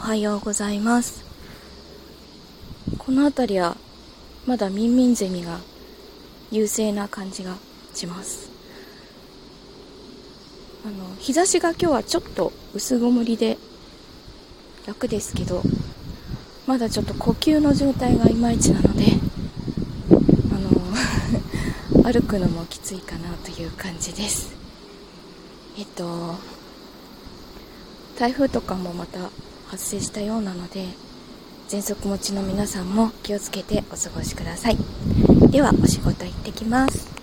はようございます。この辺りはまだミンミンゼミが優勢な感じがします。日差しが今日はちょっと薄曇りで楽ですけど、まだちょっと呼吸の状態がいまいちなので歩くのもきついかなという感じです。台風とかもまた発生したようなので、喘息持ちの皆さんも気をつけてお過ごしください。ではお仕事行ってきます。